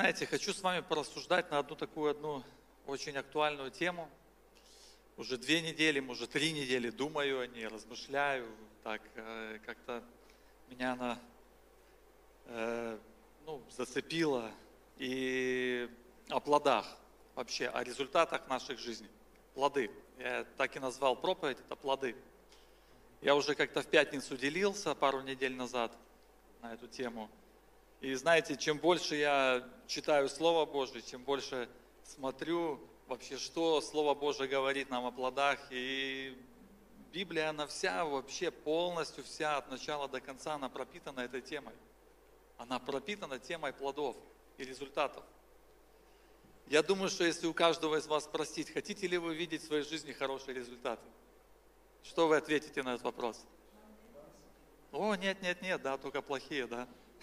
знаете, хочу с вами порассуждать на одну очень актуальную тему. Уже 2 недели, может 3 недели думаю о ней, размышляю. Так как-то меня она зацепила. И о плодах вообще, о результатах наших жизней. Плоды. Я так и назвал проповедь, это плоды. Я уже как-то в пятницу делился пару недель назад на эту тему. И знаете, чем больше я читаю Слово Божие, чем больше смотрю вообще, что Слово Божие говорит нам о плодах. И Библия, она вся, вообще полностью вся, от начала до конца, она пропитана этой темой. Она пропитана темой плодов и результатов. Я думаю, что если у каждого из вас спросить, хотите ли вы видеть в своей жизни хорошие результаты, что вы ответите на этот вопрос? О, нет, да, только плохие, да.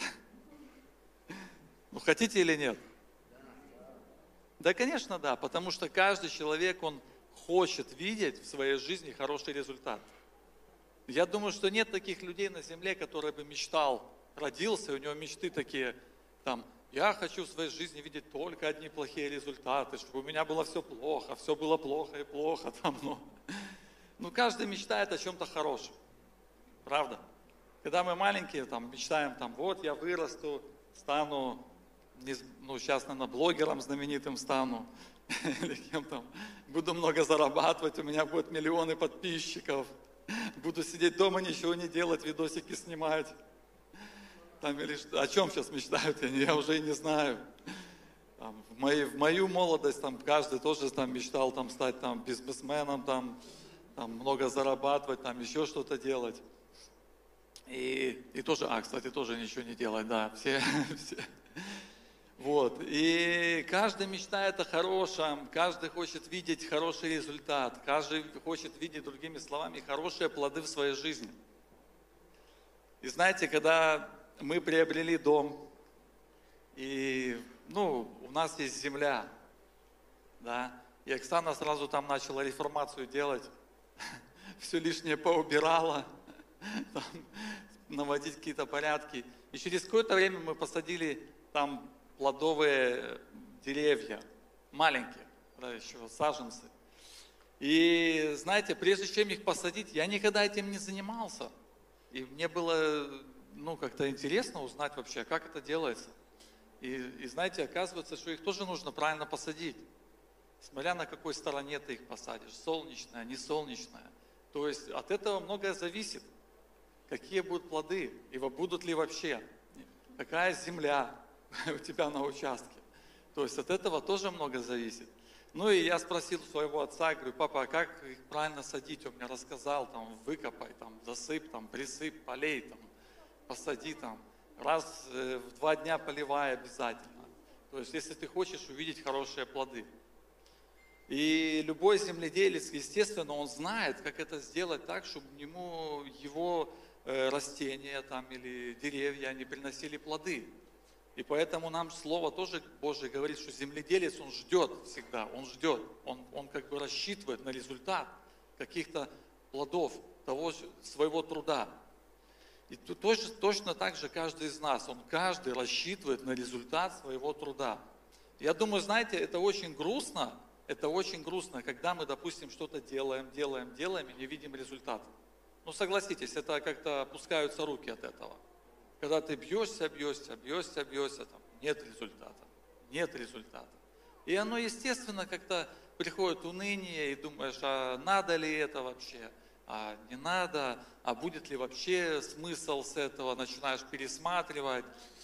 Ну, хотите или нет? Да, конечно, да, потому что каждый человек, он хочет видеть в своей жизни хороший результат. Я думаю, что нет таких людей на земле, который бы мечтал, родился, у него мечты такие, я хочу в своей жизни видеть только одни плохие результаты, чтобы у меня было все было плохо и плохо. Каждый мечтает о чем-то хорошем, правда? Когда мы маленькие, мечтаем, вот я вырасту, стану, сейчас, наверное, блогером знаменитым стану, или кем-то, буду много зарабатывать, у меня будет миллионы подписчиков, буду сидеть дома, ничего не делать, видосики снимать. Или о чем сейчас мечтают, я уже и не знаю. В мою молодость каждый тоже мечтал стать бизнесменом, много зарабатывать, еще что-то делать. И тоже, кстати, тоже ничего не делать, да, все. Вот, и каждый мечтает о хорошем, каждый хочет видеть хороший результат, каждый хочет видеть, другими словами, хорошие плоды в своей жизни. И знаете, когда мы приобрели дом, и, у нас есть земля, да, и Оксана сразу начала реформацию делать, все лишнее поубирала, наводить какие-то порядки. И через какое-то время мы посадили плодовые деревья, маленькие, да, еще саженцы. И знаете, прежде чем их посадить, я никогда этим не занимался. И мне было, как-то интересно узнать вообще, как это делается. И знаете, оказывается, что их тоже нужно правильно посадить. Смотря на какой стороне ты их посадишь, солнечная, не солнечная. То есть от этого многое зависит. Какие будут плоды, и будут ли вообще, какая земля у тебя на участке. То есть от этого тоже много зависит. И я спросил своего отца, говорю, папа, а как их правильно садить? Он мне рассказал, выкопай, засыпь, присыпь, полей, посади, раз в 2 дня поливай обязательно. То есть если ты хочешь увидеть хорошие плоды. И любой земледелец, естественно, он знает, как это сделать так, чтобы его растения или деревья, они приносили плоды. И поэтому нам Слово тоже Божие говорит, что земледелец, он ждет всегда, он ждет, он рассчитывает на результат каких-то плодов того своего труда. И точно так же каждый из нас, каждый рассчитывает на результат своего труда. Я думаю, знаете, это очень грустно, когда мы, допустим, что-то делаем и не видим результата. Согласитесь, это как-то опускаются руки от этого. Когда ты бьешься, нет результата. И оно, естественно, как-то приходит уныние, и думаешь, а надо ли это вообще, а не надо, а будет ли вообще смысл с этого, начинаешь пересматривать.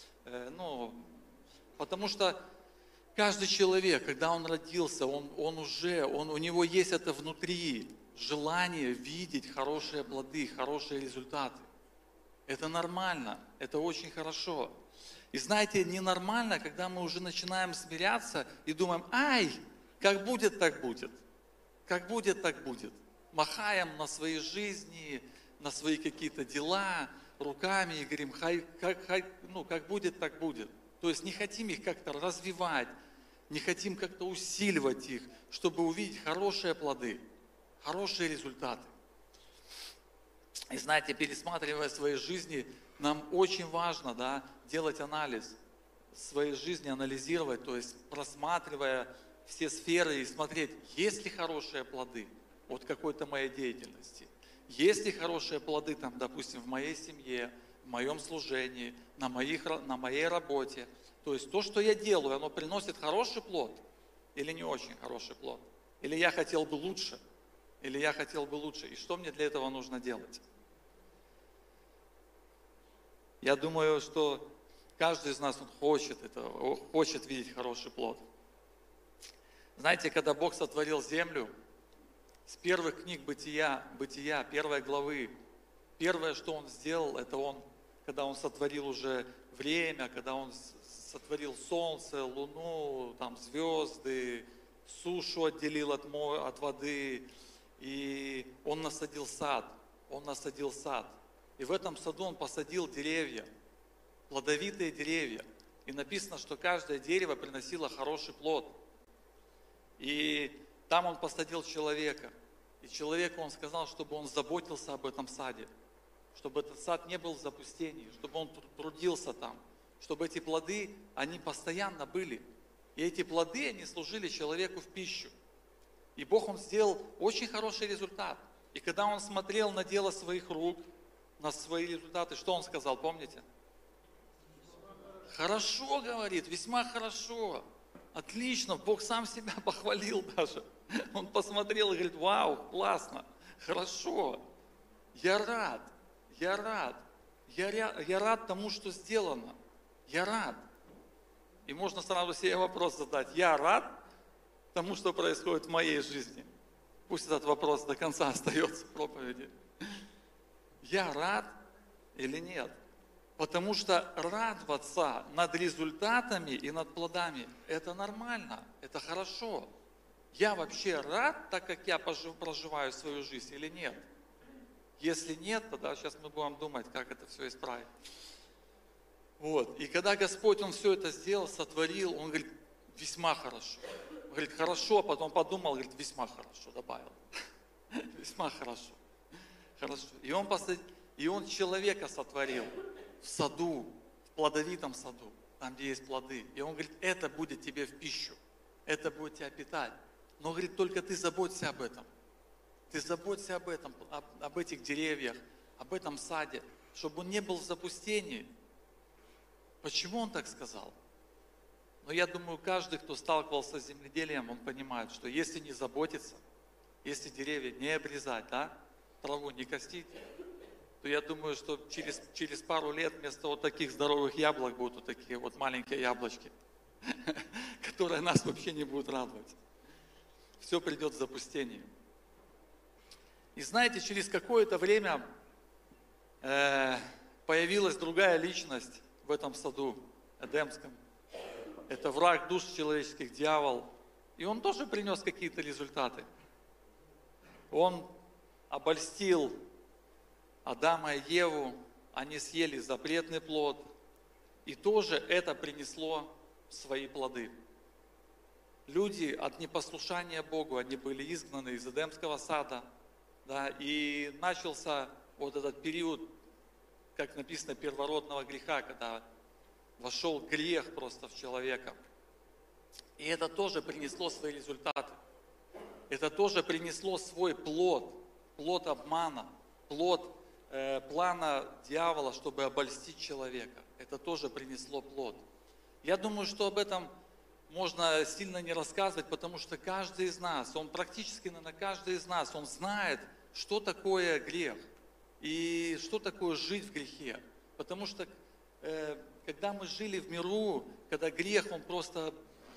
Потому что каждый человек, когда он родился, у него есть это внутри, желание видеть хорошие плоды, хорошие результаты. Это нормально, это очень хорошо. И знаете, ненормально, когда мы уже начинаем смиряться и думаем, как будет, так будет. Как будет, так будет. Махаем на своей жизни, на свои какие-то дела руками и говорим, как будет, так будет. То есть не хотим их как-то развивать, не хотим как-то усиливать их, чтобы увидеть хорошие плоды, хорошие результаты. И знаете, пересматривая свои жизни, нам очень важно, делать анализ. своей жизни анализировать, то есть просматривая все сферы и смотреть, есть ли хорошие плоды от какой-то моей деятельности, есть ли хорошие плоды там, допустим, в моей семье, в моем служении, на моей работе. То есть то, что я делаю, оно приносит хороший плод или не очень хороший плод. Или я хотел бы лучше, или я хотел бы лучше. И что мне для этого нужно делать? Я думаю, что каждый из нас он хочет этого, хочет видеть хороший плод. Знаете, когда Бог сотворил землю, с первых книг Бытия, первой главы, первое, что Он сделал, это когда Он сотворил уже время, когда Он сотворил солнце, луну, там, звезды, сушу отделил от воды, и Он насадил сад, И в этом саду Он посадил деревья, плодовитые деревья. И написано, что каждое дерево приносило хороший плод. И там Он посадил человека. И человеку Он сказал, чтобы он заботился об этом саде, чтобы этот сад не был в запустении, чтобы он трудился там, чтобы эти плоды, они постоянно были. И эти плоды, они служили человеку в пищу. И Бог, Он сделал очень хороший результат. И когда Он смотрел на дело своих рук, на свои результаты, что Он сказал, помните? Хорошо, говорит, весьма хорошо. Отлично, Бог сам себя похвалил даже. Он посмотрел и говорит, вау, классно, хорошо. Я рад тому, что сделано. Я рад. И можно сразу себе вопрос задать. Я рад тому, что происходит в моей жизни. Пусть этот вопрос до конца остается в проповеди. Я рад или нет? Потому что радоваться над результатами и над плодами – это нормально, это хорошо. Я вообще рад, так как я проживаю свою жизнь или нет? Если нет, тогда сейчас мы будем думать, как это все исправить. Вот. И когда Господь, Он все это сделал, сотворил, Он говорит, весьма хорошо. Он говорит, хорошо, а потом подумал, говорит, весьма хорошо, добавил. Весьма хорошо. Хорошо. И он человека сотворил в саду, в плодовитом саду, там, где есть плоды. И Он говорит, это будет тебе в пищу, это будет тебя питать. Но, говорит, только ты заботься об этом. Ты заботься об этом, об этих деревьях, об этом саде, чтобы он не был в запустении. Почему Он так сказал? Но я думаю, каждый, кто сталкивался с земледелием, он понимает, что если не заботиться, если деревья не обрезать, да, траву не косить, то я думаю, что через пару лет вместо вот таких здоровых яблок будут вот такие вот маленькие яблочки, которые нас вообще не будут радовать. Все придет в запустение. И знаете, через какое-то время появилась другая личность в этом саду Эдемском. Это враг душ человеческих, дьявол. И он тоже принес какие-то результаты. Он обольстил Адама и Еву, они съели запретный плод, и тоже это принесло свои плоды. Люди от непослушания Богу, они были изгнаны из Эдемского сада, да, и начался вот этот период, как написано, первородного греха, когда вошел грех просто в человека. И это тоже принесло свои результаты. Это тоже принесло свой плод, плод обмана, плод плана дьявола, чтобы обольстить человека. Это тоже принесло плод. Я думаю, что об этом можно сильно не рассказывать, потому что каждый из нас, практически, наверное, каждый из нас, он знает, что такое грех и что такое жить в грехе. Потому что когда мы жили в миру, когда грех, он просто,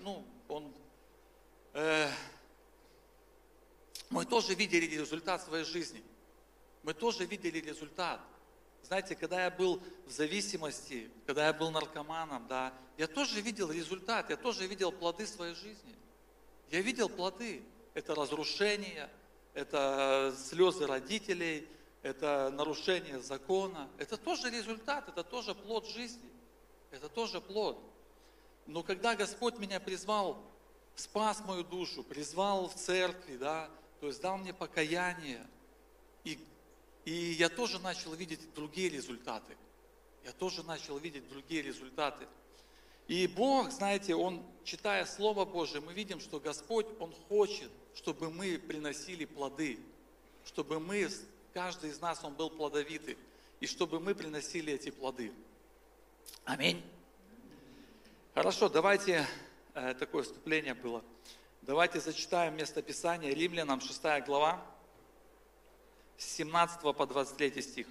мы тоже видели результат своей жизни. Мы тоже видели результат. Знаете, когда я был в зависимости, когда я был наркоманом, да, я тоже видел результат, я тоже видел плоды своей жизни. Я видел плоды. Это разрушение, это слезы родителей, это нарушение закона. Это тоже результат, это тоже плод жизни. Это тоже плод. Но когда Господь меня призвал, спас мою душу, призвал в церкви, да, то есть дал мне покаяние, и я тоже начал видеть другие результаты. И Бог, знаете, Он, читая Слово Божие, мы видим, что Господь, Он хочет, чтобы мы приносили плоды, чтобы мы, каждый из нас, он был плодовитый, и чтобы мы приносили эти плоды. Аминь. Хорошо, давайте, такое вступление было. Давайте зачитаем местописание Римлянам, 6 глава, с 17 по 23 стих.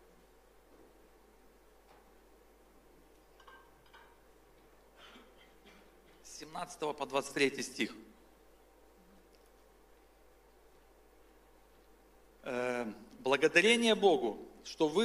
С 17 по 23 стих. Благодарение Богу, что вы,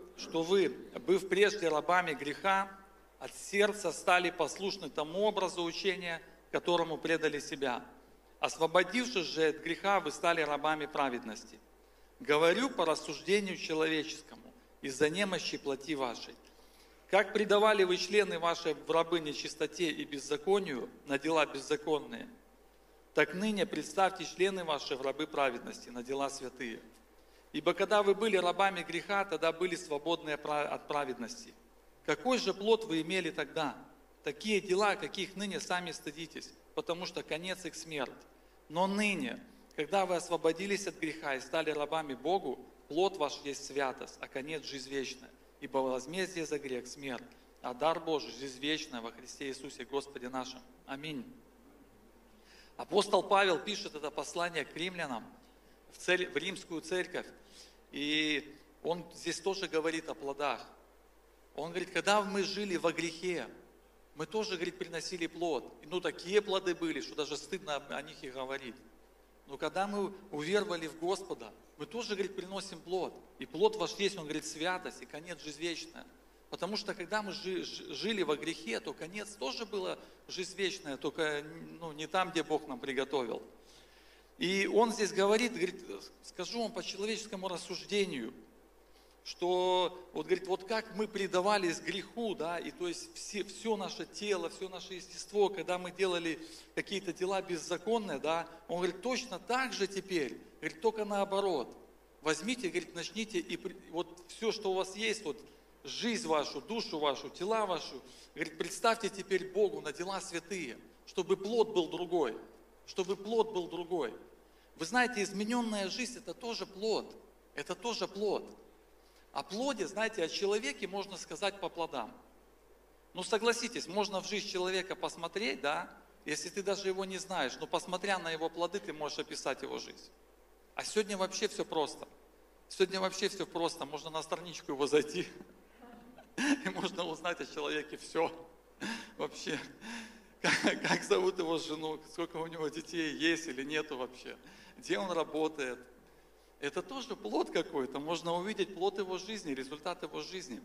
быв прежде рабами греха, от сердца стали послушны тому образу учения, которому предали себя. Освободившись же от греха, вы стали рабами праведности. Говорю по рассуждению человеческому, из-за немощи плоти вашей. Как предавали вы члены ваши в рабы нечистоте и беззаконию на дела беззаконные, так ныне представьте члены ваши в рабы праведности на дела святые. Ибо когда вы были рабами греха, тогда были свободны от праведности. Какой же плод вы имели тогда? Такие дела, каких ныне сами стыдитесь, потому что конец их смерть. Но ныне, когда вы освободились от греха и стали рабами Богу, плод ваш есть святость, а конец жизнь вечная. Ибо возмездие за грех смерть, а дар Божий жизнь вечная во Христе Иисусе Господе нашим. Аминь. Апостол Павел пишет это послание к римлянам, в римскую церковь, и он здесь тоже говорит о плодах. Он говорит, когда мы жили во грехе, мы тоже, говорит, приносили плод. Ну, такие плоды были, что даже стыдно о них и говорить. Но когда мы уверовали в Господа, мы тоже, говорит, приносим плод. И плод ваш есть, он говорит, святость и конец жизнь вечная. Потому что когда мы жили во грехе, то конец тоже была жизнь вечная, только не там, где Бог нам приготовил. И он здесь говорит, скажу вам по человеческому рассуждению, что вот, говорит, вот как мы предавались греху, да, и то есть все наше тело, все наше естество, когда мы делали какие-то дела беззаконные, да, он говорит, точно так же теперь, говорит, только наоборот. Возьмите, говорит, начните, и вот все, что у вас есть, вот жизнь вашу, душу вашу, тела вашу, говорит, представьте теперь Богу на дела святые, чтобы плод был другой, чтобы плод был другой. Вы знаете, измененная жизнь – это тоже плод, это тоже плод. О плоде, знаете, о человеке можно сказать по плодам. Ну, согласитесь, можно в жизнь человека посмотреть, да, если ты даже его не знаешь, но посмотря на его плоды, ты можешь описать его жизнь. А сегодня вообще все просто. Сегодня вообще все просто. Можно на страничку его зайти, и можно узнать о человеке все. Вообще, как зовут его жену, сколько у него детей есть или нету вообще, где он работает. Это тоже плод какой-то, можно увидеть плод его жизни, результат его жизни.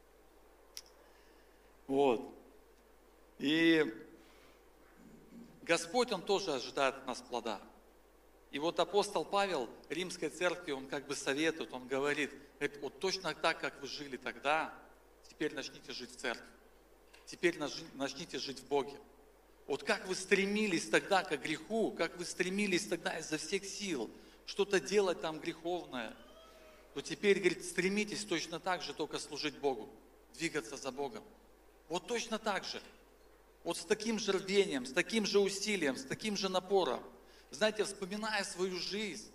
Вот. И Господь, Он тоже ожидает от нас плода. И вот апостол Павел Римской церкви, он как бы советует, он говорит, вот точно так, как вы жили тогда, теперь начните жить в церкви. Теперь начните жить в Боге. Вот как вы стремились тогда к греху, как вы стремились тогда изо всех сил что-то делать там греховное, то теперь, говорит, стремитесь точно так же только служить Богу, двигаться за Богом. Вот точно так же. Вот с таким же рвением, с таким же усилием, с таким же напором. Знаете, вспоминая свою жизнь,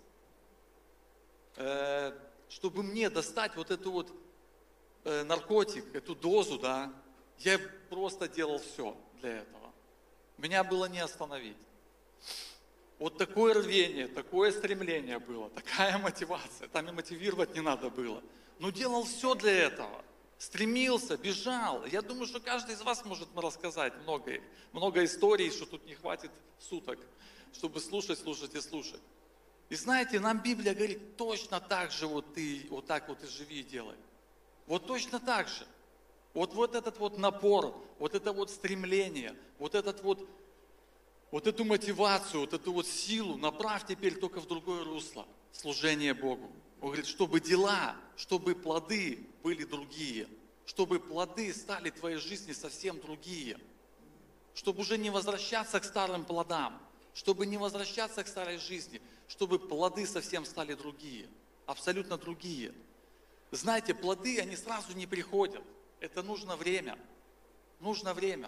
чтобы мне достать вот эту вот наркотик, эту дозу, да, я просто делал все для этого. Меня было не остановить. Вот такое рвение, такое стремление было, такая мотивация. Там и мотивировать не надо было. Но делал все для этого. Стремился, бежал. Я думаю, что каждый из вас может рассказать много историй, что тут не хватит суток, чтобы слушать. И знаете, нам Библия говорит, точно так же вот ты вот так вот и живи и делай. Вот точно так же. Вот этот вот напор, вот это вот стремление, вот эту мотивацию, вот эту вот силу направь теперь только в другое русло, служение Богу. Он говорит, чтобы дела, чтобы плоды были другие, чтобы плоды стали в твоей жизни совсем другие, чтобы уже не возвращаться к старым плодам, чтобы не возвращаться к старой жизни, чтобы плоды совсем стали другие, абсолютно другие. Знаете, плоды, они сразу не приходят, это нужно время, нужно время.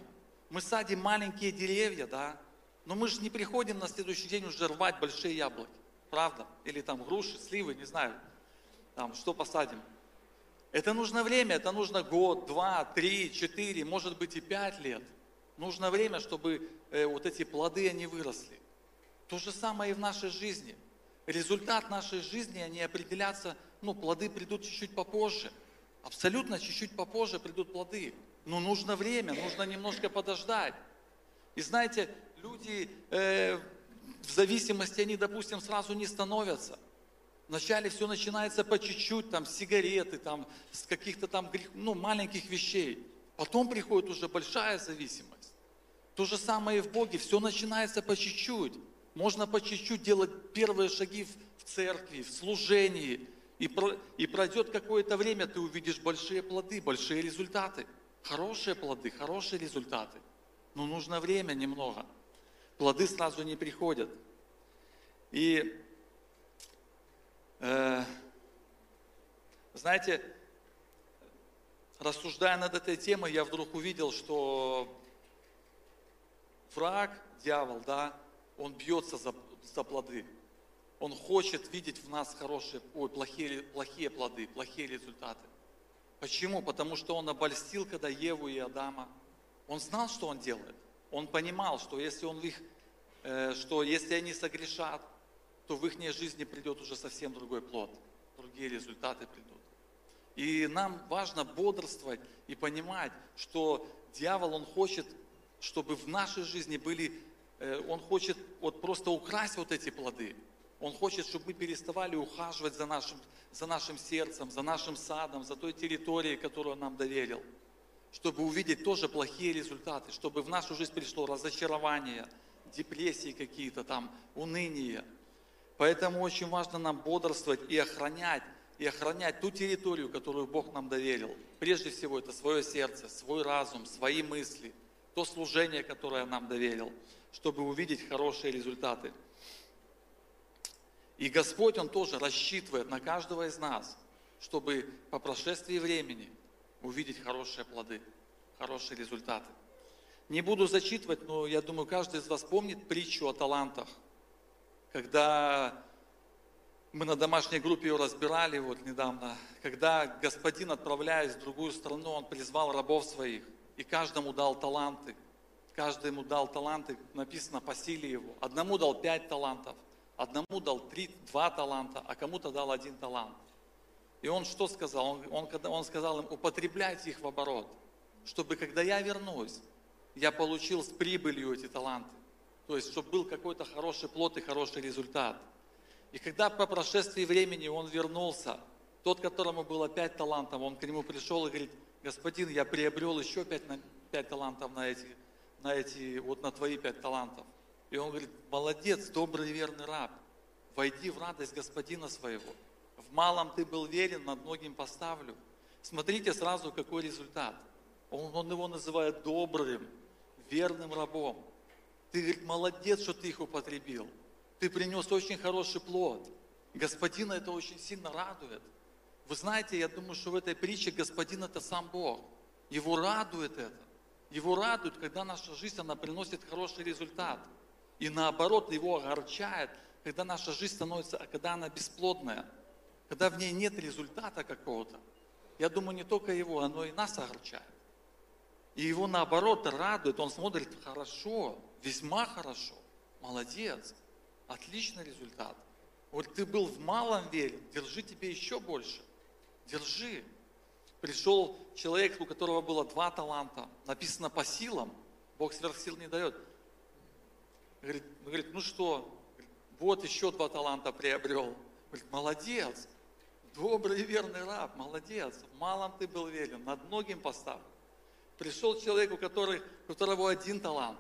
Мы садим маленькие деревья, да, но мы же не приходим на следующий день уже рвать большие яблоки, правда? Или там груши, сливы, не знаю, там что посадим. Это нужно время, это нужно год, 2, 3, 4, может быть и 5 лет. Нужно время, чтобы вот эти плоды, они выросли. То же самое и в нашей жизни. Результат нашей жизни, они определятся, плоды придут чуть-чуть попозже. Абсолютно чуть-чуть попозже придут плоды. Но нужно время, нужно немножко подождать. И знаете, люди в зависимости, они, допустим, сразу не становятся. Вначале все начинается по чуть-чуть, там, с сигареты, там, с каких-то там, маленьких вещей. Потом приходит уже большая зависимость. То же самое и в Боге, все начинается по чуть-чуть. Можно по чуть-чуть делать первые шаги в церкви, в служении. И пройдет какое-то время, ты увидишь большие плоды, большие результаты. Хорошие плоды, хорошие результаты. Но нужно время немного. Плоды сразу не приходят. И знаете, рассуждая над этой темой, я вдруг увидел, что враг, дьявол, да, он бьется за плоды. Он хочет видеть в нас плохие плоды, плохие результаты. Почему? Потому что он обольстил, когда Еву и Адама. Он знал, что он делает. Он понимал, что если они согрешат, то в их жизни придет уже совсем другой плод, другие результаты придут. И нам важно бодрствовать и понимать, что дьявол, он хочет, чтобы в нашей жизни он хочет просто украсть эти плоды. Он хочет, чтобы мы переставали ухаживать за нашим сердцем, за нашим садом, за той территорией, которую он нам доверил. Чтобы увидеть тоже плохие результаты, чтобы в нашу жизнь пришло разочарование, депрессии какие-то там, уныние. Поэтому очень важно нам бодрствовать и охранять ту территорию, которую Бог нам доверил. Прежде всего, это свое сердце, свой разум, свои мысли, то служение, которое нам доверил, чтобы увидеть хорошие результаты. И Господь, Он тоже рассчитывает на каждого из нас, чтобы по прошествии времени увидеть хорошие плоды, хорошие результаты. Не буду зачитывать, но я думаю, каждый из вас помнит притчу о талантах. Когда мы на домашней группе ее разбирали недавно, когда господин, отправляясь в другую страну, он призвал рабов своих и каждому дал таланты. Каждому дал таланты, написано по силе его. Одному дал 5 талантов, одному дал 2 таланта, а кому-то дал 1 талант. И он что сказал? Он сказал им: употребляйте их в оборот, чтобы когда я вернусь, я получил с прибылью эти таланты. То есть, чтобы был какой-то хороший плод и хороший результат. И когда по прошествии времени он вернулся, тот, которому было 5 талантов, он к нему пришел и говорит: господин, я приобрел еще 5 талантов на твои 5 талантов. И он говорит: молодец, добрый и верный раб, войди в радость господина своего. В малом ты был верен, над многим поставлю. Смотрите сразу, какой результат. Он его называет добрым, верным рабом. Ты, говорит, молодец, что ты их употребил. Ты принес очень хороший плод. Господина это очень сильно радует. Вы знаете, я думаю, что в этой притче Господин это сам Бог. Его радует это. Его радует, когда наша жизнь, она приносит хороший результат. И наоборот, его огорчает, когда наша жизнь когда она бесплодная. Когда в ней нет результата какого-то. Я думаю, не только его, оно и нас огорчает. И его наоборот радует, он смотрит: хорошо, весьма хорошо, молодец, отличный результат. Вот ты был в малом верен, держи тебе еще больше, держи. Пришел человек, у которого было 2 таланта, написано по силам, Бог сверхсил не дает. Говорит, ну что, вот еще 2 таланта приобрел. Говорит, молодец, добрый и верный раб, молодец, в малом ты был верен, над многим поставлен. Пришел человек, у которого 1 талант.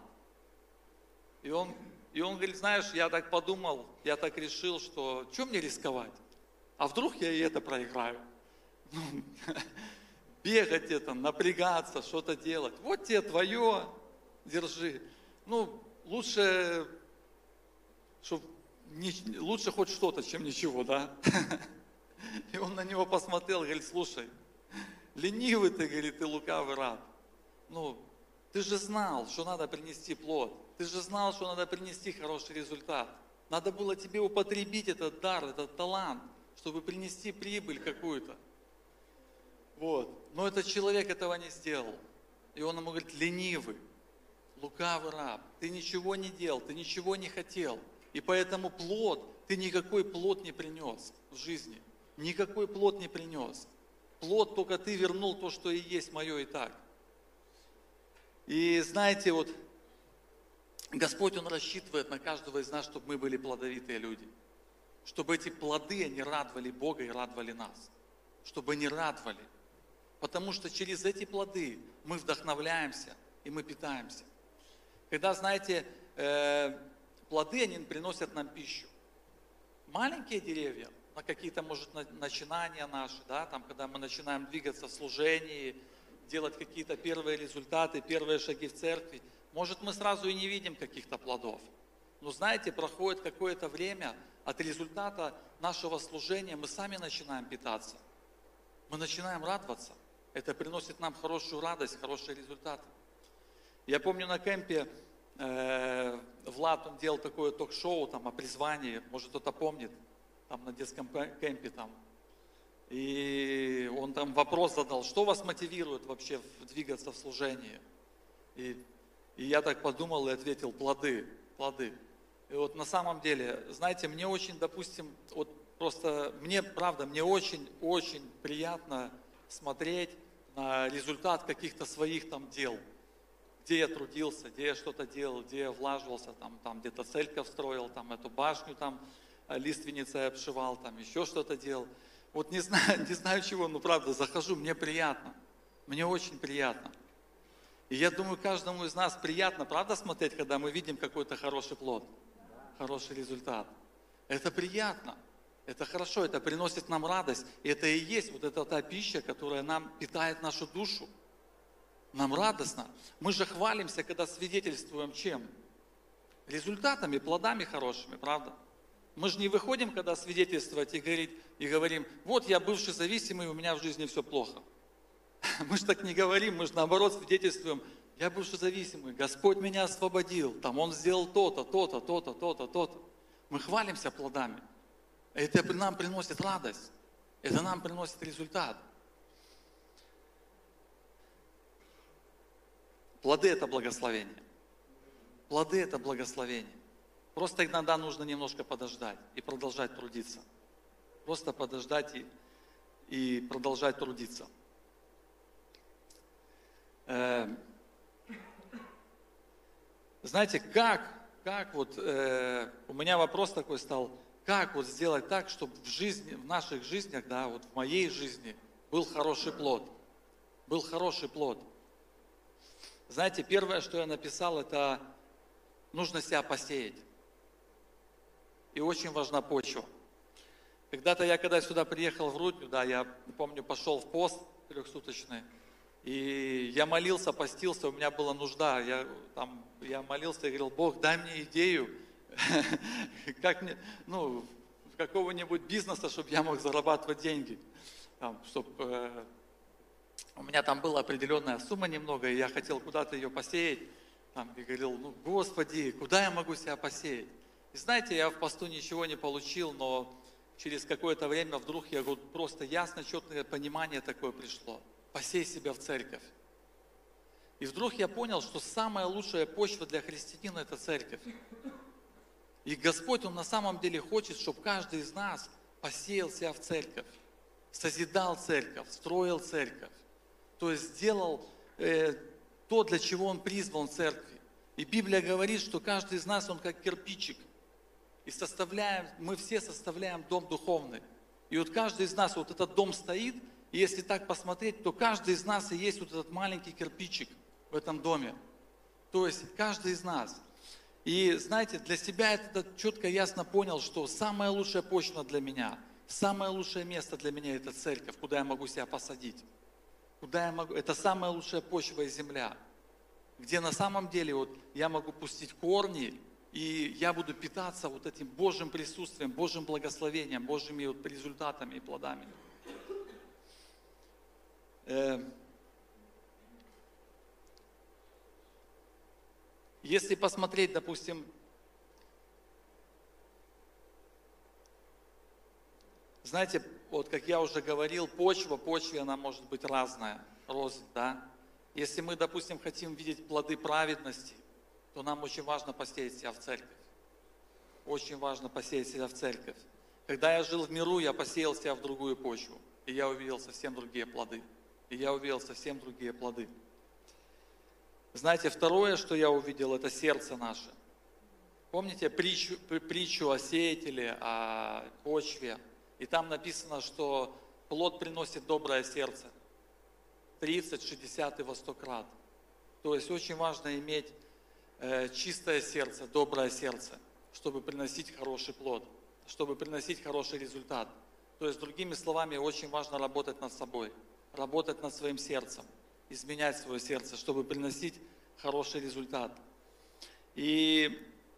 И он говорит: знаешь, я так подумал, я так решил, что мне рисковать? А вдруг я и это проиграю? Бегать напрягаться, что-то делать. Вот тебе твое, держи. Лучше хоть что-то, чем ничего, да? И он на него посмотрел, говорит: слушай, ленивый ты, говорит, и лукавый раб. Ты же знал, что надо принести плод. Ты же знал, что надо принести хороший результат. Надо было тебе употребить этот дар, этот талант, чтобы принести прибыль какую-то. Вот. Но этот человек этого не сделал. И он ему говорит: ленивый, лукавый раб, ты ничего не делал, ты ничего не хотел. И поэтому плод, ты никакой плод не принес в жизни. Никакой плод не принес. Плод только ты вернул то, что и есть мое и так. И знаете, вот Господь, Он рассчитывает на каждого из нас, чтобы мы были плодовитые люди. Чтобы эти плоды, они радовали Бога и радовали нас. Чтобы они радовали. Потому что через эти плоды мы вдохновляемся и мы питаемся. Когда, знаете, плоды, они приносят нам пищу. Маленькие деревья, на какие-то, может, начинания наши, да, там, когда мы начинаем двигаться в служении, делать какие-то первые результаты, первые шаги в церкви, может, мы сразу и не видим каких-то плодов. Но знаете, проходит какое-то время, от результата нашего служения мы сами начинаем питаться. Мы начинаем радоваться. Это приносит нам хорошую радость, хорошие результаты. Я помню на кемпе Влад, он делал такое ток-шоу там, о призвании, может кто-то помнит, там на детском кемпе там. И он там вопрос задал: что вас мотивирует вообще двигаться в служении? И я так подумал и ответил: плоды, плоды. И вот на самом деле, знаете, мне очень, допустим, вот просто, мне, правда, мне очень приятно смотреть на результат каких-то своих там дел. Где я трудился, где я что-то делал, где я влаживался, там где-то церковь строил, там эту башню там лиственницей обшивал, там еще что-то делал. Вот не знаю чего, но правда, захожу, мне приятно, мне очень приятно. И я думаю, каждому из нас приятно, правда, смотреть, когда мы видим какой-то хороший плод, хороший результат. Это приятно, это хорошо, это приносит нам радость. И это и есть вот эта та пища, которая нам питает нашу душу. Нам радостно. Мы же хвалимся, когда свидетельствуем чем? Результатами, плодами хорошими, правда? Мы же не выходим, когда свидетельствовать и говорим: вот я бывший зависимый, у меня в жизни все плохо. Мы же так не говорим, мы же наоборот свидетельствуем: я бывший зависимый, Господь меня освободил, там Он сделал то-то, то-то, то-то, то-то, то-то. Мы хвалимся плодами. Это нам приносит радость, это нам приносит результат. Плоды – это благословение. Плоды – это благословение. Просто иногда нужно немножко подождать и продолжать трудиться. Просто подождать и продолжать трудиться. Знаете, как вот, у меня вопрос такой стал: как вот сделать так, чтобы в жизни, в наших жизнях, да, вот в моей жизни был хороший плод. Был хороший плод. Знаете, первое, что я написал, это нужно себя посеять. И очень важна почва. Когда-то я, когда сюда приехал в Рудню, да, я помню, пошел в пост 3-суточный, и я молился, постился, у меня была нужда. Я молился и говорил: Бог, дай мне идею, как мне, какого-нибудь бизнеса, чтобы я мог зарабатывать деньги, чтобы у меня там была определенная сумма немного, и я хотел куда-то ее посеять. И говорил: Господи, куда я могу себя посеять? И знаете, я в посту ничего не получил, но через какое-то время вдруг просто ясно, четкое понимание такое пришло: посей себя в церковь. И вдруг я понял, что самая лучшая почва для христианина – это церковь. И Господь, Он на самом деле хочет, чтобы каждый из нас посеял себя в церковь, созидал церковь, строил церковь. То есть сделал то, для чего Он призван в церкви. И Библия говорит, что каждый из нас, он как кирпичик. И мы все составляем дом духовный. И вот каждый из нас, вот этот дом стоит, и если так посмотреть, то каждый из нас и есть вот этот маленький кирпичик в этом доме. То есть каждый из нас. И знаете, для себя это четко, ясно понял, что самая лучшая почва для меня, самое лучшее место для меня – это церковь, куда я могу себя посадить. Это самая лучшая почва и земля, где на самом деле вот я могу пустить корни, и я буду питаться вот этим Божьим присутствием, Божьим благословением, Божьими вот результатами и плодами. Если посмотреть, допустим, знаете, вот как я уже говорил, почве она может быть разная, рознь, да? Если мы, допустим, хотим видеть плоды праведности, то нам очень важно посеять себя в церковь. Очень важно посеять себя в церковь. Когда я жил в миру, я посеял себя в другую почву, и я увидел совсем другие плоды. Знаете, второе, что я увидел, это сердце наше. Помните притчу о сеятеле, о почве? И там написано, что плод приносит доброе сердце. 30, 60 и во 100 крат. То есть очень важно иметь чистое сердце, доброе сердце, чтобы приносить хороший плод, чтобы приносить хороший результат. То есть, другими словами, очень важно работать над собой, работать над своим сердцем, изменять свое сердце, чтобы приносить хороший результат. И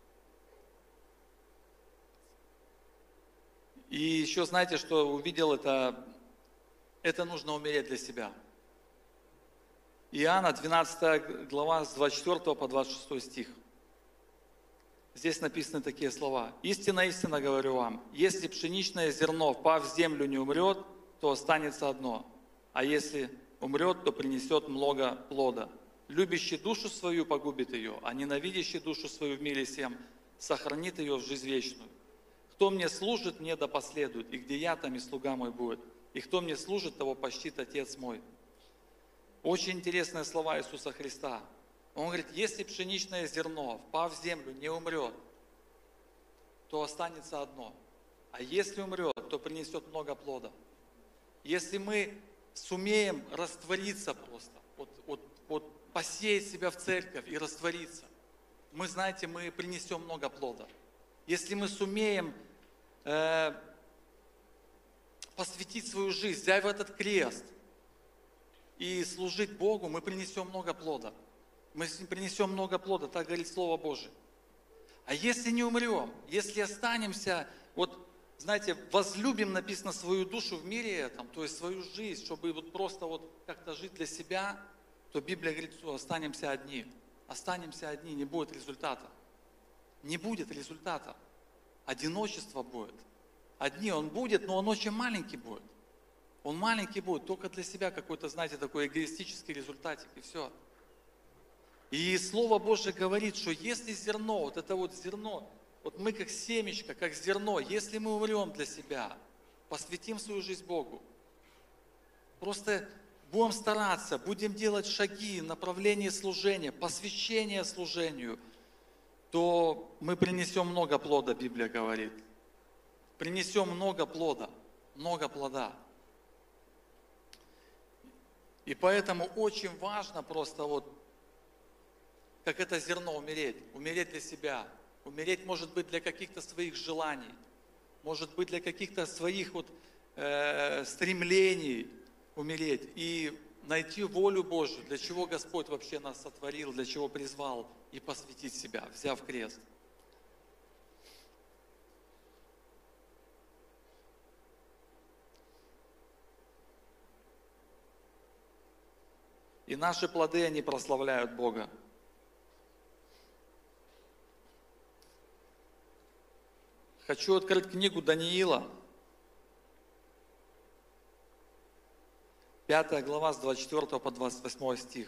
еще знаете, что увидел, это нужно умереть для себя. Иоанна, 12 глава, с 24 по 26 стих. Здесь написаны такие слова. «Истинно, истинно говорю вам, если пшеничное зерно, впав в землю, не умрет, то останется одно, а если умрет, то принесет много плода. Любящий душу свою погубит ее, а ненавидящий душу свою в мире сем сохранит ее в жизнь вечную. Кто мне служит, мне да последует, и где я, там и слуга мой будет. И кто мне служит, того почтит Отец мой». Очень интересные слова Иисуса Христа. Он говорит, если пшеничное зерно, впав в землю, не умрет, то останется одно. А если умрет, то принесет много плода. Если мы сумеем раствориться просто, посеять себя в церковь и раствориться, мы, знаете, мы принесем много плода. Если мы сумеем посвятить свою жизнь, взять в этот крест и служить Богу, мы принесем много плода. Мы принесем много плода, так говорит Слово Божие. А если не умрем, если останемся, знаете, возлюбим, написано, свою душу в мире этом, то есть свою жизнь, чтобы просто как-то жить для себя, то Библия говорит, что останемся одни, не будет результата. Не будет результата. Одиночество будет. Одни он будет, но он очень маленький будет. Он маленький будет, только для себя какой-то, знаете, такой эгоистический результатик, и все. И Слово Божие говорит, что если зерно, зерно, мы как семечко, как зерно, если мы умрем для себя, посвятим свою жизнь Богу, просто будем стараться, будем делать шаги в направлении служения, посвящения служению, то мы принесем много плода, Библия говорит. Принесем много плода, много плода. И поэтому очень важно просто как это зерно умереть для себя, умереть, может быть, для каких-то своих желаний, может быть, для каких-то своих стремлений умереть и найти волю Божию, для чего Господь вообще нас сотворил, для чего призвал, и посвятить себя, взяв крест. И наши плоды, они прославляют Бога. Хочу открыть книгу Даниила, 5 глава с 24 по 28 стих.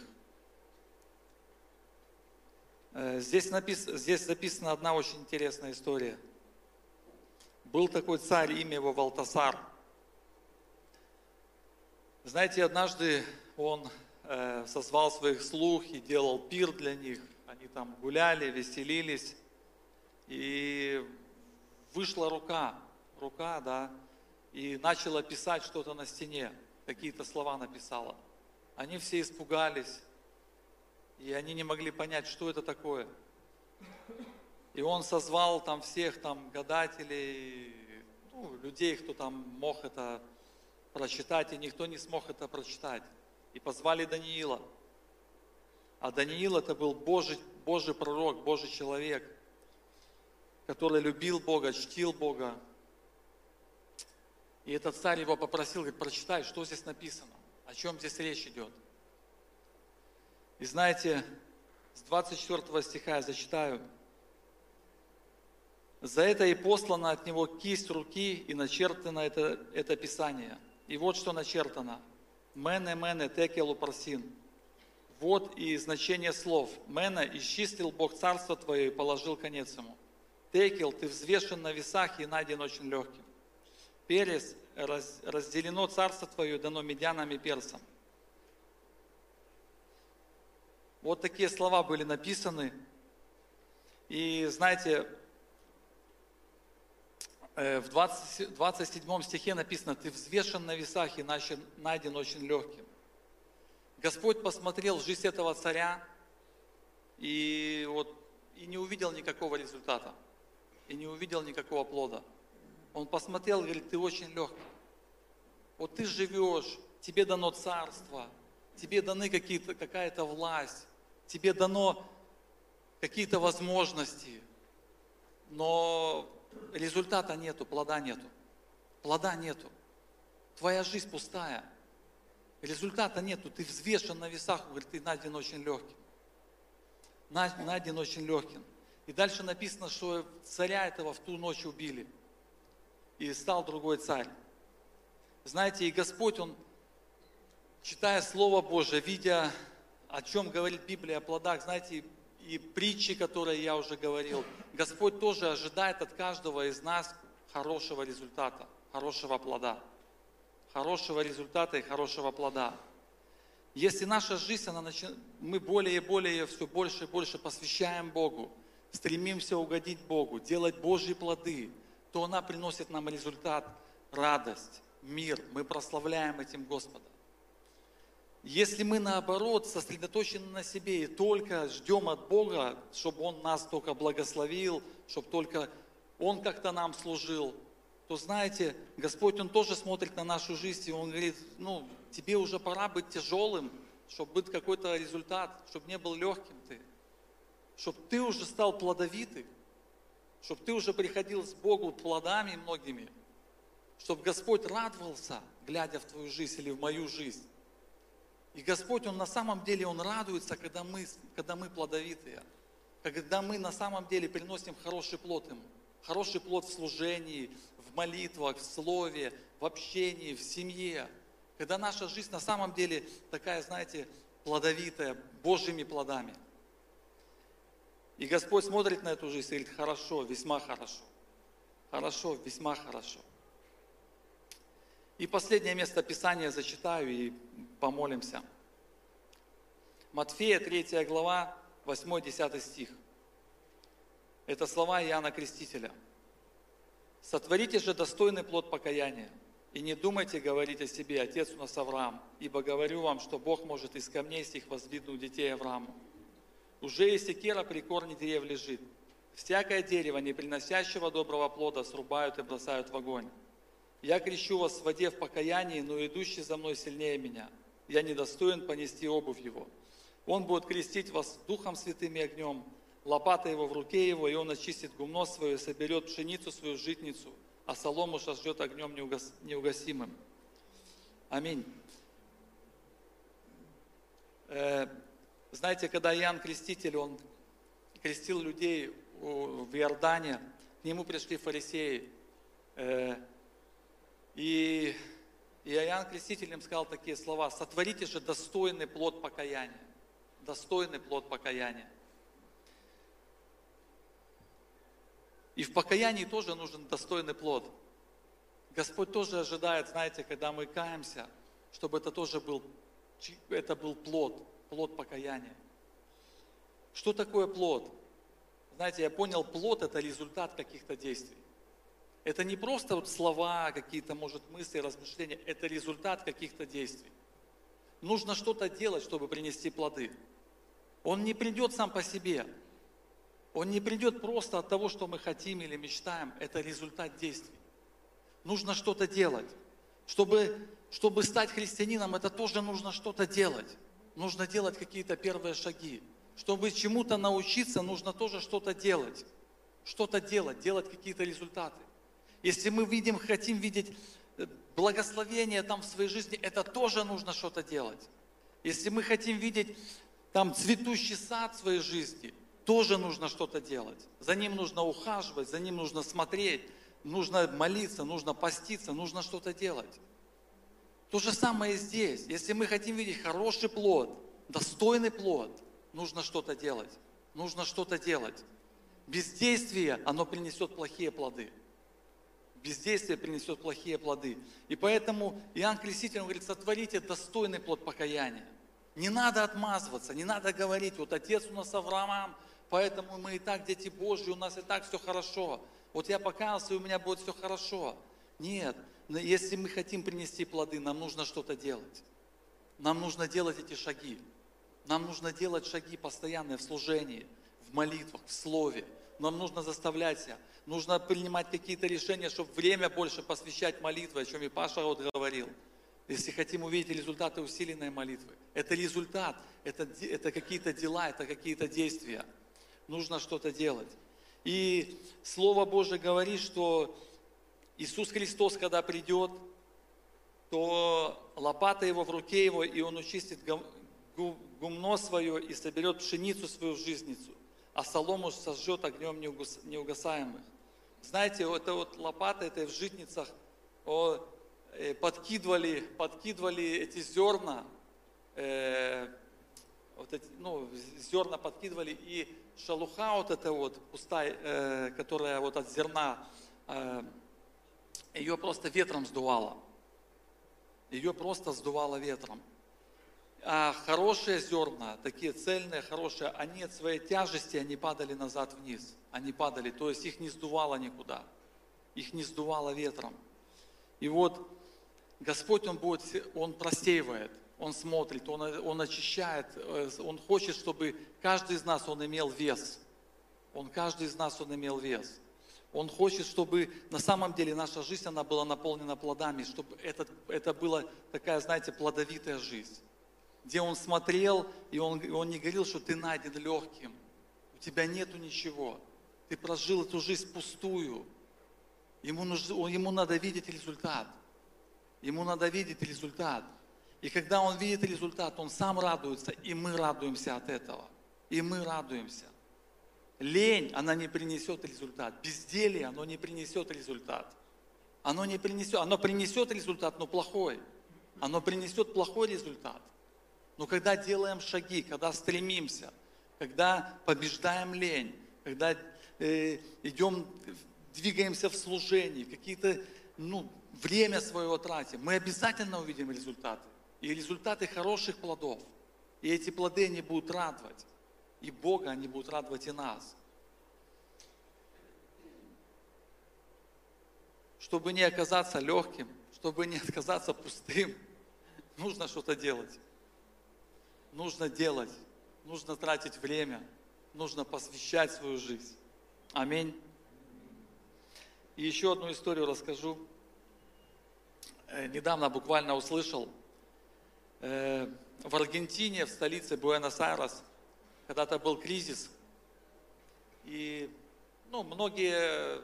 Здесь записана одна очень интересная история. Был такой царь, имя его Валтасар. Знаете, однажды он созвал своих слуг и делал пир для них. Они там гуляли, веселились. И вышла рука, да, и начала писать что-то на стене, какие-то слова написала. Они все испугались, и они не могли понять, что это такое. И он созвал там всех гадателей, людей, кто там мог это прочитать, и никто не смог это прочитать. И позвали Даниила. А Даниил это был Божий пророк, Божий человек, который любил Бога, чтил Бога. И этот царь его попросил, говорит, прочитай, что здесь написано, о чем здесь речь идет. И знаете, с 24 стиха я зачитаю. «За это и послана от него кисть руки, и начертано это Писание. И вот что начертано. Мене, мене, текел упарсин». Вот и значение слов. Мене, исчислил Бог царство твое и положил конец ему. Текел, ты взвешен на весах и найден очень легким. Перес, разделено царство твое, дано медянам и персам. Вот такие слова были написаны. И знаете, в 27 стихе написано: «Ты взвешен на весах и найден очень легким». Господь посмотрел в жизнь этого царя и не увидел никакого результата, и не увидел никакого плода. Он посмотрел и говорит: ты очень легкий. Вот ты живешь, тебе дано царство, тебе даны какая-то власть, тебе дано какие-то возможности, но результата нету, плода нету. Плода нету. Твоя жизнь пустая. Результата нету. Ты взвешен на весах, он говорит, ты найден очень легким. Найден очень легким. И дальше написано, что царя этого в ту ночь убили. И стал другой царь. Знаете, и Господь, Он, читая Слово Божие, видя, о чем говорит Библия, о плодах, знаете, и притчи, которые я уже говорил, Господь тоже ожидает от каждого из нас хорошего результата, хорошего плода. Хорошего результата и хорошего плода. Если наша жизнь, мы более и более, все больше и больше посвящаем Богу, стремимся угодить Богу, делать Божьи плоды, то она приносит нам результат, радость, мир. Мы прославляем этим Господа. Если мы, наоборот, сосредоточены на себе и только ждем от Бога, чтобы Он нас только благословил, чтобы только Он как-то нам служил, то, знаете, Господь, Он тоже смотрит на нашу жизнь, и Он говорит, тебе уже пора быть тяжелым, чтобы быть какой-то результат, чтобы не был легким ты, чтобы ты уже стал плодовитым, чтобы ты уже приходил с Богу плодами многими, чтобы Господь радовался, глядя в твою жизнь или в мою жизнь. И Господь, Он на самом деле, Он радуется, когда мы плодовитые, когда мы на самом деле приносим хороший плод Ему. Хороший плод в служении, в молитвах, в слове, в общении, в семье. Когда наша жизнь на самом деле такая, знаете, плодовитая, Божьими плодами. И Господь смотрит на эту жизнь и говорит, хорошо, весьма хорошо. Хорошо, весьма хорошо. И последнее место Писания зачитаю и помолимся. Матфея, 3 глава, 8-10 стих. Это слова Иоанна Крестителя. «Сотворите же достойный плод покаяния, и не думайте говорить о себе, отец у нас Авраам, ибо говорю вам, что Бог может из камней сих воздвигнуть детей Аврааму. Уже и секира при корне дерев лежит. Всякое дерево, не приносящего доброго плода, срубают и бросают в огонь. Я крещу вас в воде в покаянии, но идущий за мной сильнее меня. Я недостоин понести обувь его. Он будет крестить вас Духом Святым и огнем, лопата его в руке его, и он очистит гумно свое, соберет пшеницу свою в житницу, а солому сожжет огнем неугасимым». Аминь. Знаете, когда Иоанн Креститель, он крестил людей в Иордане, к нему пришли фарисеи, и Иоанн Креститель им сказал такие слова: «Сотворите же достойный плод покаяния». Достойный плод покаяния. И в покаянии тоже нужен достойный плод. Господь тоже ожидает, знаете, когда мы каемся, чтобы это тоже был плод покаяния. Что такое плод? Знаете, я понял, плод – это результат каких-то действий. Это не просто слова, какие-то, может, мысли, размышления, это результат каких-то действий. Нужно что-то делать, чтобы принести плоды. Он не придет сам по себе. Он не придет просто от того, что мы хотим или мечтаем. Это результат действий. Нужно что-то делать. Чтобы стать христианином, это тоже нужно что-то делать. Нужно делать какие-то первые шаги. Чтобы чему-то научиться, нужно тоже что-то делать. Что-то делать какие-то результаты. Если мы хотим видеть благословение там в своей жизни, это тоже нужно что-то делать. Если мы хотим видеть там цветущий сад в своей жизни, тоже нужно что-то делать. За ним нужно ухаживать, за ним нужно смотреть, нужно молиться, нужно поститься, нужно что-то делать. То же самое и здесь. Если мы хотим видеть хороший плод, достойный плод, нужно что-то делать. Нужно что-то делать. Бездействие, оно принесет плохие плоды. Бездействие принесет плохие плоды. И поэтому Иоанн Креститель, он говорит, сотворите достойный плод покаяния. Не надо отмазываться, не надо говорить, вот отец у нас Авраам, поэтому мы и так дети Божьи, у нас и так все хорошо. Вот я покаялся, и у меня будет все хорошо. Нет, если мы хотим принести плоды, нам нужно что-то делать. Нам нужно делать эти шаги. Нам нужно делать шаги постоянные в служении, в молитвах, в слове. Нам нужно заставлять себя. Нужно принимать какие-то решения, чтобы время больше посвящать молитве, о чем и Паша вот говорил. Если хотим увидеть результаты усиленной молитвы. Это результат, это какие-то дела, это какие-то действия. Нужно что-то делать. И Слово Божие говорит, что Иисус Христос, когда придет, то лопата Его в руке Его, и Он очистит гумно свое и соберет пшеницу свою в жизницу, а солому сожжет огнем неугасаемых. Знаете, это вот лопата, это в житницах подкидывали эти зерна, зерна подкидывали, и шелуха вот эта вот пустая, которая вот от зерна, ее просто ветром сдувало. Ее просто сдувало ветром. А хорошие зерна, такие цельные, хорошие, они от своей тяжести, они падали назад вниз. Они падали, то есть их не сдувало никуда. Их не сдувало ветром. И вот Господь, Он просеивает, Он смотрит, Он очищает, Он хочет, чтобы каждый из нас, Он имел вес. Каждый из нас, Он имел вес. Он хочет, чтобы на самом деле наша жизнь, она была наполнена плодами, чтобы это была такая, знаете, плодовитая жизнь. Где Он смотрел, и он не говорил, что ты найден легким, у тебя нету ничего, ты прожил эту жизнь пустую. Ему надо видеть результат. Ему надо видеть результат. И когда Он видит результат, Он сам радуется, и мы радуемся от этого. И мы радуемся. Лень, она не принесет результат. Безделье, оно не принесет результат. Оно принесет результат, но плохой. Оно принесет плохой результат. Но когда делаем шаги, когда стремимся, когда побеждаем лень, когда двигаемся в служении, какие-то, время своего тратим, мы обязательно увидим результаты. И результаты хороших плодов. И эти плоды, они будут радовать. И Бога, они будут радовать и нас. Чтобы не оказаться легким, чтобы не оказаться пустым, нужно что-то делать. Нужно делать, нужно тратить время, нужно посвящать свою жизнь. Аминь. И еще одну историю расскажу. Недавно буквально услышал, в Аргентине, в столице Буэнос-Айрес, когда-то был кризис, и многие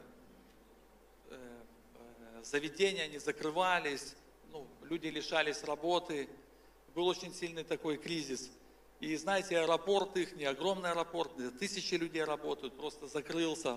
заведения, они закрывались, люди лишались работы, был очень сильный такой кризис. И знаете, аэропорт их, огромный аэропорт, тысячи людей работают, просто закрылся.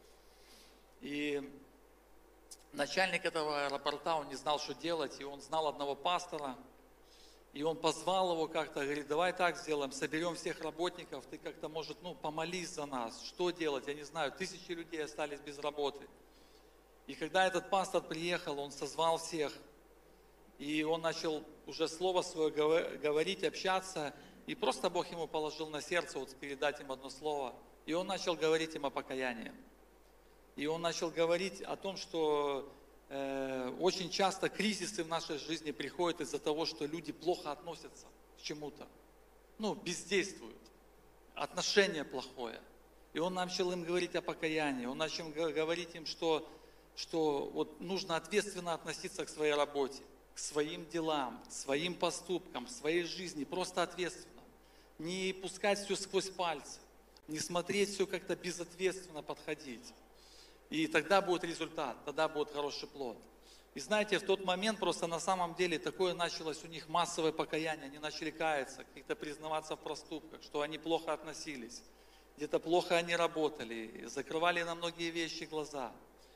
И начальник этого аэропорта, он не знал, что делать, и он знал одного пастора, и он позвал его как-то, говорит, давай так сделаем, соберем всех работников, ты как-то, может, помолись за нас, что делать, я не знаю, тысячи людей остались без работы. И когда этот пастор приехал, он созвал всех, и он начал уже слово свое говорить, общаться, и просто Бог ему положил на сердце передать им одно слово, и он начал говорить им о покаянии. И он начал говорить о том, что очень часто кризисы в нашей жизни приходят из-за того, что люди плохо относятся к чему-то, бездействуют, отношение плохое. И он начал им говорить о покаянии, он начал говорить им, что нужно ответственно относиться к своей работе, к своим делам, к своим поступкам, к своей жизни, просто ответственно. Не пускать все сквозь пальцы, не смотреть все как-то безответственно подходить. И тогда будет результат, тогда будет хороший плод. И знаете, в тот момент просто на самом деле такое началось у них массовое покаяние. Они начали каяться, каких-то признаваться в проступках, что они плохо относились, где-то плохо они работали, закрывали на многие вещи глаза.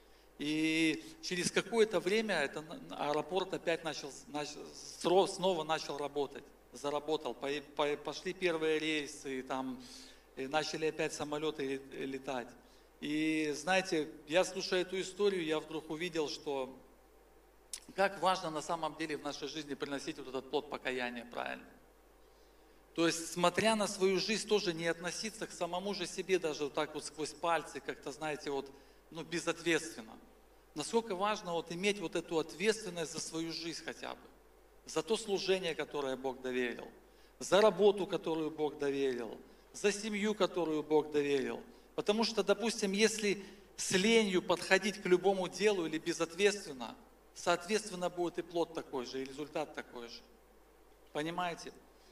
И через какое-то время аэропорт опять снова начал работать, заработал, пошли первые рейсы, там, и начали опять самолеты летать. И знаете, я слушая эту историю, я вдруг увидел, что как важно на самом деле в нашей жизни приносить вот этот плод покаяния правильно. То есть, смотря на свою жизнь, тоже не относиться к самому же себе даже вот так вот сквозь пальцы, как-то, знаете, вот, безответственно. Насколько важно вот иметь вот эту ответственность за свою жизнь хотя бы, за то служение, которое Бог доверил, за работу, которую Бог доверил, за семью, которую Бог доверил. Потому что, допустим, если с ленью подходить к любому делу или безответственно, соответственно, будет и плод такой же, и результат такой же. Понимаете?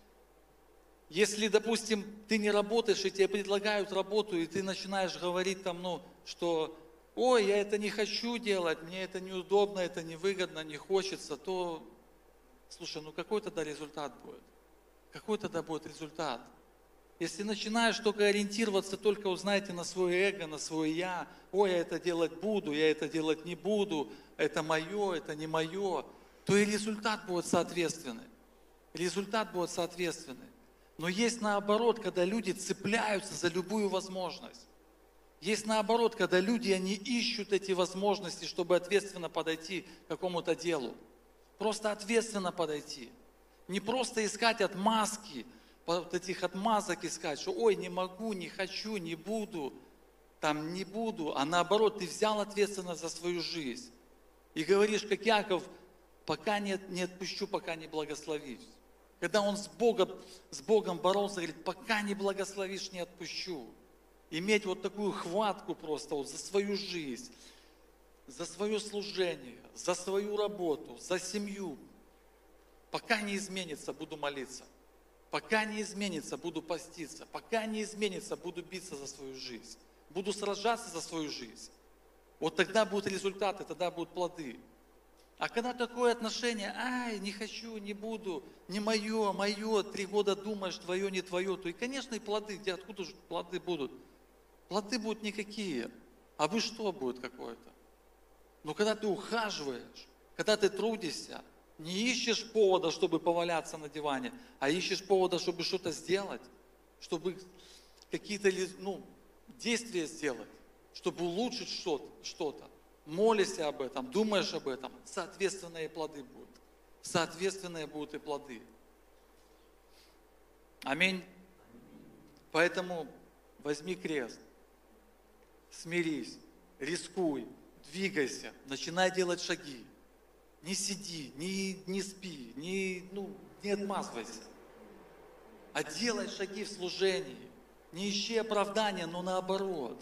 Если, допустим, ты не работаешь, и тебе предлагают работу, и ты начинаешь говорить там, что «Ой, я это не хочу делать, мне это неудобно, это невыгодно, не хочется», то, слушай, какой тогда результат будет? Какой тогда будет результат? Если начинаешь только ориентироваться только, знаете, на свое эго, на свое «я», «Ой, я это делать буду, я это делать не буду», «Это мое, это не мое», то и результат будет соответственный. Результат будет соответственный. Но есть наоборот, когда люди цепляются за любую возможность. Есть наоборот, когда люди, они ищут эти возможности, чтобы ответственно подойти к какому-то делу. Просто ответственно подойти. Не просто искать отмазки, вот этих отмазок искать, что ой, не могу, не хочу, не буду, не буду. А наоборот, ты взял ответственность за свою жизнь. И говоришь, как Яков, пока не отпущу, пока не благословишь. Когда он с Богом боролся, говорит, пока не благословишь, не отпущу. Иметь вот такую хватку просто вот за свою жизнь, за свое служение, за свою работу, за семью. Пока не изменится, буду молиться. Пока не изменится, буду поститься. Пока не изменится, буду биться за свою жизнь. Буду сражаться за свою жизнь. Вот тогда будут результаты, тогда будут плоды. А когда такое отношение, не хочу, не буду, не мое, 3 года думаешь, твое, не твое, то и, конечно, и плоды, откуда же плоды будут? Плоды будут никакие. А вы что будет какое-то? Но когда ты ухаживаешь, когда ты трудишься, не ищешь повода, чтобы поваляться на диване, а ищешь повода, чтобы что-то сделать, чтобы какие-то действия сделать, чтобы улучшить что-то. Молишься об этом, думаешь об этом, соответственные плоды будут. Соответственные будут и плоды. Аминь. Поэтому возьми крест, смирись, рискуй, двигайся, начинай делать шаги. Не сиди, не спи, не отмазывайся, а делай шаги в служении. Не ищи оправдания, но наоборот.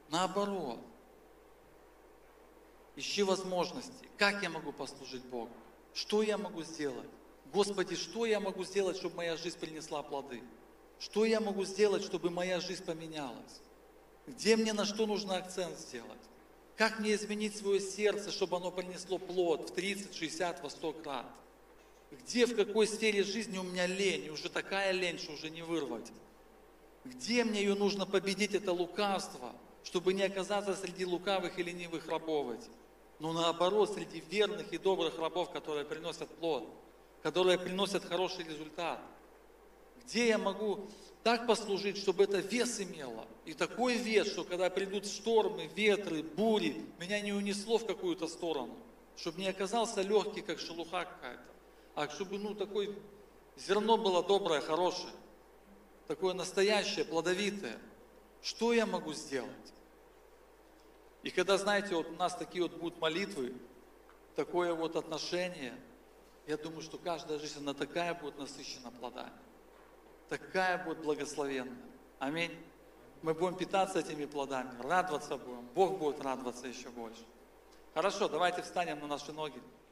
Ищи возможности. Как я могу послужить Богу? Что я могу сделать? Господи, что я могу сделать, чтобы моя жизнь принесла плоды? Что я могу сделать, чтобы моя жизнь поменялась? Где мне на что нужно акцент сделать? Как мне изменить свое сердце, чтобы оно принесло плод в 30, 60, во 100 крат? Где, в какой сфере жизни у меня лень? И уже такая лень, что уже не вырвать. Где мне ее нужно победить, это лукавство, чтобы не оказаться среди лукавых и ленивых рабов этих? Но наоборот, среди верных и добрых рабов, которые приносят плод, которые приносят хороший результат. Где я могу так послужить, чтобы это вес имело? И такой вес, что когда придут штормы, ветры, бури, меня не унесло в какую-то сторону. Чтобы не оказался легкий, как шелуха какая-то. А чтобы, такое зерно было доброе, хорошее. Такое настоящее, плодовитое. Что я могу сделать? И когда, знаете, вот у нас такие вот будут молитвы, такое вот отношение, я думаю, что каждая жизнь, она такая будет насыщена плодами. Такая будет благословенная. Аминь. Мы будем питаться этими плодами, радоваться будем. Бог будет радоваться еще больше. Хорошо, давайте встанем на наши ноги.